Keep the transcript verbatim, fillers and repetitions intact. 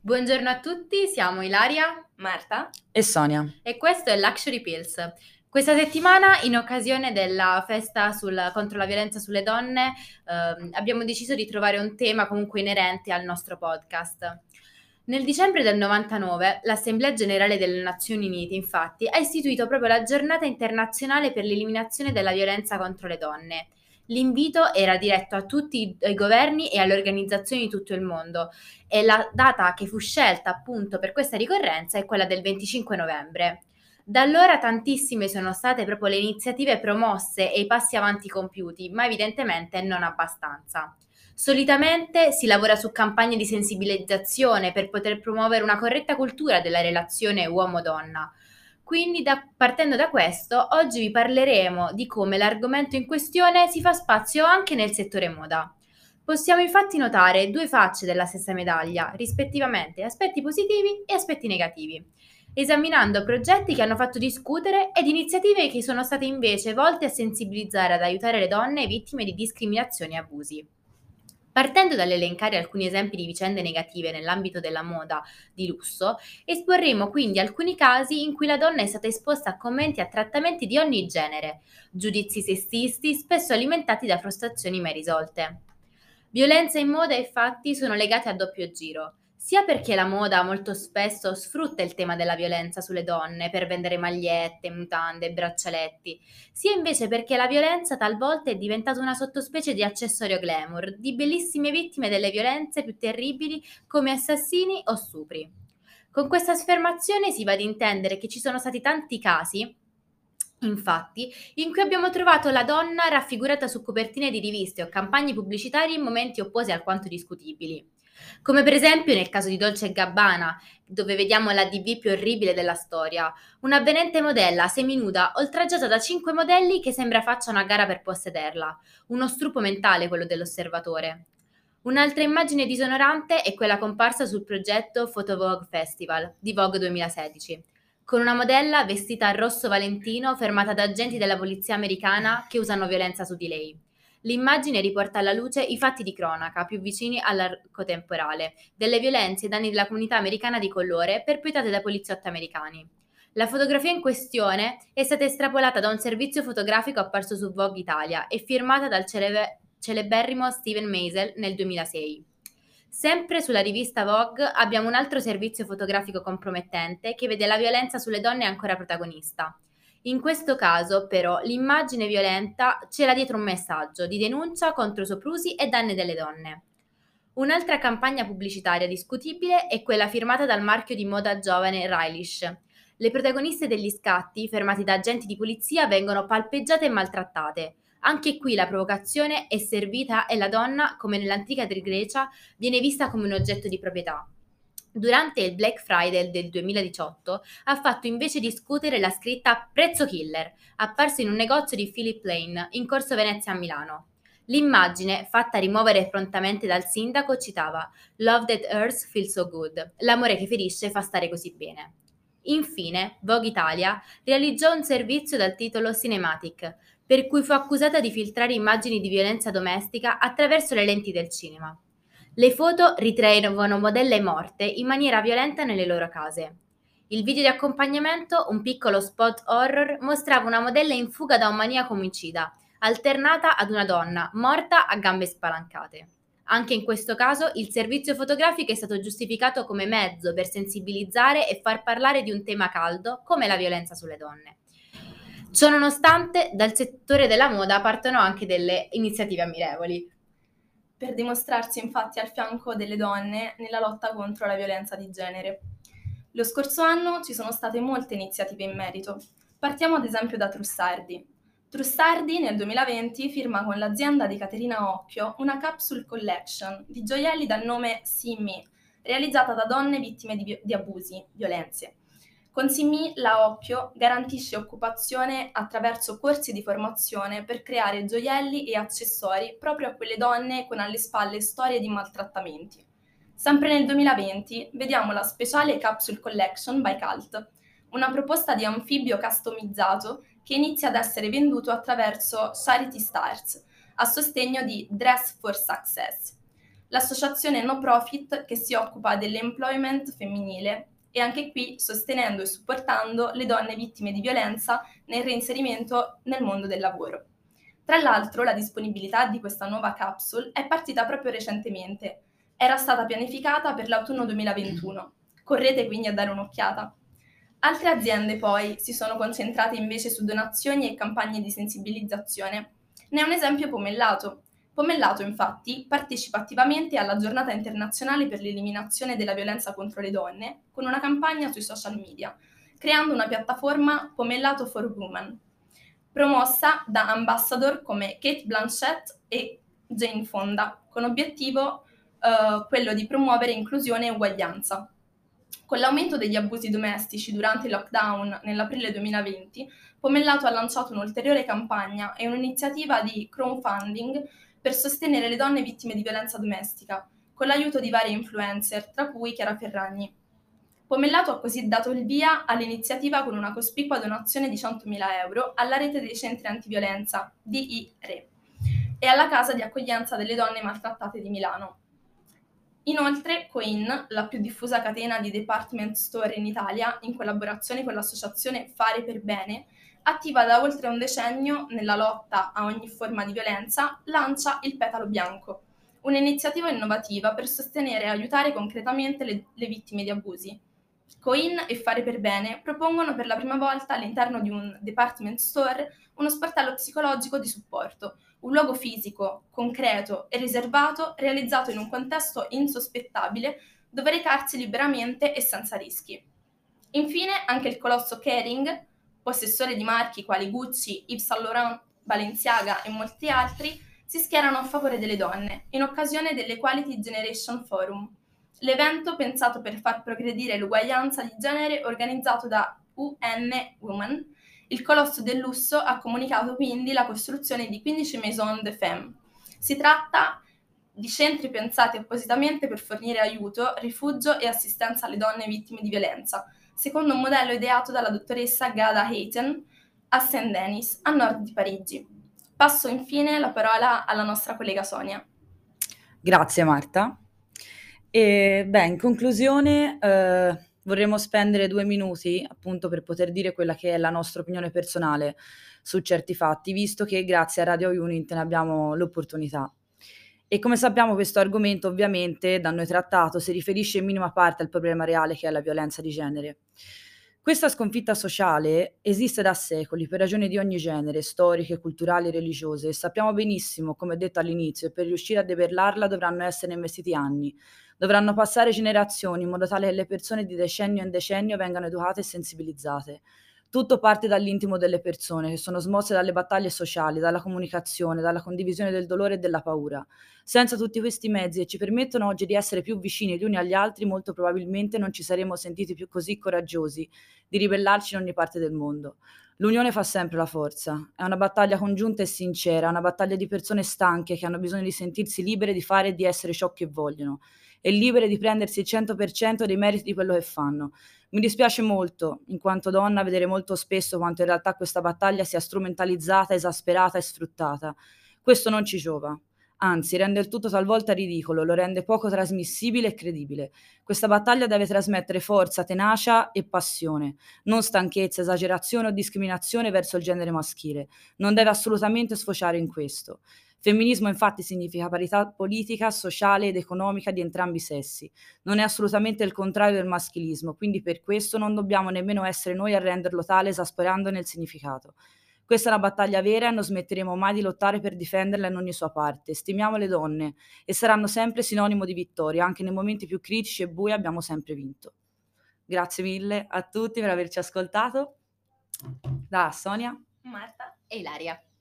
Buongiorno a tutti, siamo Ilaria Marta? E Sonia. e questo è Luxury Pills. Questa settimana, in occasione della festa sul- contro la violenza sulle donne, ehm, abbiamo deciso di trovare un tema comunque inerente al nostro podcast. Nel dicembre del novantanove, l'Assemblea Generale delle Nazioni Unite, infatti, ha istituito proprio la Giornata internazionale per l'eliminazione della violenza contro le donne. L'invito era diretto a tutti i governi e alle organizzazioni di tutto il mondo e la data che fu scelta appunto per questa ricorrenza è quella del venticinque novembre. Da allora tantissime sono state proprio le iniziative promosse e i passi avanti compiuti, ma evidentemente non abbastanza. Solitamente si lavora su campagne di sensibilizzazione per poter promuovere una corretta cultura della relazione uomo-donna. Quindi, da- partendo da questo, oggi vi parleremo di come l'argomento in questione si fa spazio anche nel settore moda. Possiamo infatti notare due facce della stessa medaglia, rispettivamente aspetti positivi e aspetti negativi, esaminando progetti che hanno fatto discutere ed iniziative che sono state invece volte a sensibilizzare ad aiutare le donne vittime di discriminazioni e abusi. Partendo dall'elencare alcuni esempi di vicende negative nell'ambito della moda di lusso, esporremo quindi alcuni casi in cui la donna è stata esposta a commenti e a trattamenti di ogni genere, giudizi sessisti spesso alimentati da frustrazioni mai risolte. Violenza in moda infatti sono legate a doppio giro, sia perché la moda molto spesso sfrutta il tema della violenza sulle donne per vendere magliette, mutande, braccialetti, sia invece perché la violenza talvolta è diventata una sottospecie di accessorio glamour, di bellissime vittime delle violenze più terribili come assassini o stupri. Con questa affermazione si va ad intendere che ci sono stati tanti casi, infatti, in cui abbiamo trovato la donna raffigurata su copertine di riviste o campagne pubblicitarie in momenti opposi alquanto discutibili. Come per esempio nel caso di Dolce e Gabbana, dove vediamo la D V più orribile della storia, un'avvenente modella seminuda oltraggiata da cinque modelli che sembra facciano a gara per possederla, uno struppo mentale quello dell'osservatore. Un'altra immagine disonorante è quella comparsa sul progetto Photo Vogue Festival di Vogue duemilasedici, con una modella vestita a rosso valentino fermata da agenti della polizia americana che usano violenza su di lei. L'immagine riporta alla luce i fatti di cronaca più vicini all'arco temporale, delle violenze ai danni della comunità americana di colore perpetrate dai poliziotti americani. La fotografia in questione è stata estrapolata da un servizio fotografico apparso su Vogue Italia e firmata dal celebe- celeberrimo Steven Meisel nel duemilasei. Sempre sulla rivista Vogue abbiamo un altro servizio fotografico compromettente che vede la violenza sulle donne ancora protagonista. In questo caso, però, l'immagine violenta c'era dietro un messaggio di denuncia contro soprusi e danni delle donne. Un'altra campagna pubblicitaria discutibile è quella firmata dal marchio di moda giovane Stylish. Le protagoniste degli scatti, fermati da agenti di polizia, vengono palpeggiate e maltrattate. Anche qui la provocazione è servita e la donna, come nell'antica Grecia, viene vista come un oggetto di proprietà. Durante il Black Friday del duemiladiciotto ha fatto invece discutere la scritta Prezzo Killer, apparsa in un negozio di Philip Lane in Corso Venezia a Milano. L'immagine, fatta rimuovere prontamente dal sindaco, citava "Love that hurts feels so good", l'amore che ferisce fa stare così bene. Infine, Vogue Italia realizzò un servizio dal titolo Cinematic, per cui fu accusata di filtrare immagini di violenza domestica attraverso le lenti del cinema. Le foto ritraevano modelle morte in maniera violenta nelle loro case. Il video di accompagnamento, un piccolo spot horror, mostrava una modella in fuga da un maniaco omicida, alternata ad una donna morta a gambe spalancate. Anche in questo caso il servizio fotografico è stato giustificato come mezzo per sensibilizzare e far parlare di un tema caldo come la violenza sulle donne. Ciononostante, dal settore della moda partono anche delle iniziative ammirevoli. Per dimostrarsi infatti al fianco delle donne nella lotta contro la violenza di genere. Lo scorso anno ci sono state molte iniziative in merito. Partiamo ad esempio da Trussardi. Trussardi nel duemilaventi firma con l'azienda di Caterina Occhio una capsule collection di gioielli dal nome See Me, realizzata da donne vittime di, di abusi, violenze. Con See Me la Occhio garantisce occupazione attraverso corsi di formazione per creare gioielli e accessori proprio a quelle donne con alle spalle storie di maltrattamenti. Sempre nel duemilaventi vediamo la speciale Capsule Collection by Cult, una proposta di anfibio customizzato che inizia ad essere venduto attraverso Charity Stars, a sostegno di Dress for Success. l'associazione no profit che si occupa dell'employment femminile e anche qui sostenendo e supportando le donne vittime di violenza nel reinserimento nel mondo del lavoro. Tra l'altro, la disponibilità di questa nuova capsule è partita proprio recentemente. Era stata pianificata per l'autunno duemilaventuno. Correte quindi a dare un'occhiata. Altre aziende poi si sono concentrate invece su donazioni e campagne di sensibilizzazione. Ne è un esempio Pomellato. Pomellato, infatti, partecipa attivamente alla Giornata internazionale per l'eliminazione della violenza contro le donne con una campagna sui social media, creando una piattaforma Pomellato for Women, promossa da ambassador come Kate Blanchett e Jane Fonda, con obiettivo eh, quello di promuovere inclusione e uguaglianza. Con l'aumento degli abusi domestici durante il lockdown nell'aprile duemilaventi, Pomellato ha lanciato un'ulteriore campagna e un'iniziativa di crowdfunding per sostenere le donne vittime di violenza domestica, con l'aiuto di vari influencer, tra cui Chiara Ferragni. Pomellato ha così dato il via all'iniziativa con una cospicua donazione di centomila euro alla rete dei centri antiviolenza D I R E e alla casa di accoglienza delle donne maltrattate di Milano. Inoltre, Coin, la più diffusa catena di department store in Italia, in collaborazione con l'associazione Fare per Bene, attiva da oltre un decennio nella lotta a ogni forma di violenza, lancia il Petalo Bianco, un'iniziativa innovativa per sostenere e aiutare concretamente le, le vittime di abusi. Coin e Fare per Bene propongono per la prima volta all'interno di un department store uno sportello psicologico di supporto, un luogo fisico, concreto e riservato realizzato in un contesto insospettabile dove recarsi liberamente e senza rischi. Infine anche il colosso Kering, possessore di marchi quali Gucci, Yves Saint Laurent, Balenciaga e molti altri, si schierano a favore delle donne in occasione dell'Equality Generation Forum, l'evento pensato per far progredire l'uguaglianza di genere organizzato da U N Women. Il colosso del lusso ha comunicato quindi la costruzione di quindici Maison de Femme. Si tratta di centri pensati appositamente per fornire aiuto, rifugio e assistenza alle donne vittime di violenza, secondo un modello ideato dalla dottoressa Ghada Hayten a Saint-Denis, a nord di Parigi. Passo infine la parola alla nostra collega Sonia. Grazie Marta. E, beh, in conclusione eh, vorremmo spendere due minuti appunto per poter dire quella che è la nostra opinione personale su certi fatti, visto che grazie a Radio Unit ne abbiamo l'opportunità. E come sappiamo questo argomento ovviamente da noi trattato si riferisce in minima parte al problema reale che è la violenza di genere. Questa sconfitta sociale esiste da secoli per ragioni di ogni genere, storiche, culturali e religiose, e sappiamo benissimo, come detto all'inizio, che per riuscire a debellarla dovranno essere investiti anni, dovranno passare generazioni in modo tale che le persone di decennio in decennio vengano educate e sensibilizzate. Tutto parte dall'intimo delle persone, che sono smosse dalle battaglie sociali, dalla comunicazione, dalla condivisione del dolore e della paura. Senza tutti questi mezzi che ci permettono oggi di essere più vicini gli uni agli altri, molto probabilmente non ci saremmo sentiti più così coraggiosi di ribellarci in ogni parte del mondo. L'unione fa sempre la forza. È una battaglia congiunta e sincera, una battaglia di persone stanche che hanno bisogno di sentirsi libere di fare e di essere ciò che vogliono e libere di prendersi il cento per cento dei meriti di quello che fanno. Mi dispiace molto, in quanto donna, vedere molto spesso quanto in realtà questa battaglia sia strumentalizzata, esasperata e sfruttata. Questo non ci giova. Anzi, rende il tutto talvolta ridicolo, lo rende poco trasmissibile e credibile. Questa battaglia deve trasmettere forza, tenacia e passione, non stanchezza, esagerazione o discriminazione verso il genere maschile. Non deve assolutamente sfociare in questo. Femminismo infatti significa parità politica, sociale ed economica di entrambi i sessi. Non è assolutamente il contrario del maschilismo, quindi per questo non dobbiamo nemmeno essere noi a renderlo tale esasperandone il significato. Questa è una battaglia vera e non smetteremo mai di lottare per difenderla in ogni sua parte. Stimiamo le donne e saranno sempre sinonimo di vittoria, anche nei momenti più critici e bui abbiamo sempre vinto. Grazie mille a tutti per averci ascoltato. Da Sonia, Marta e Ilaria.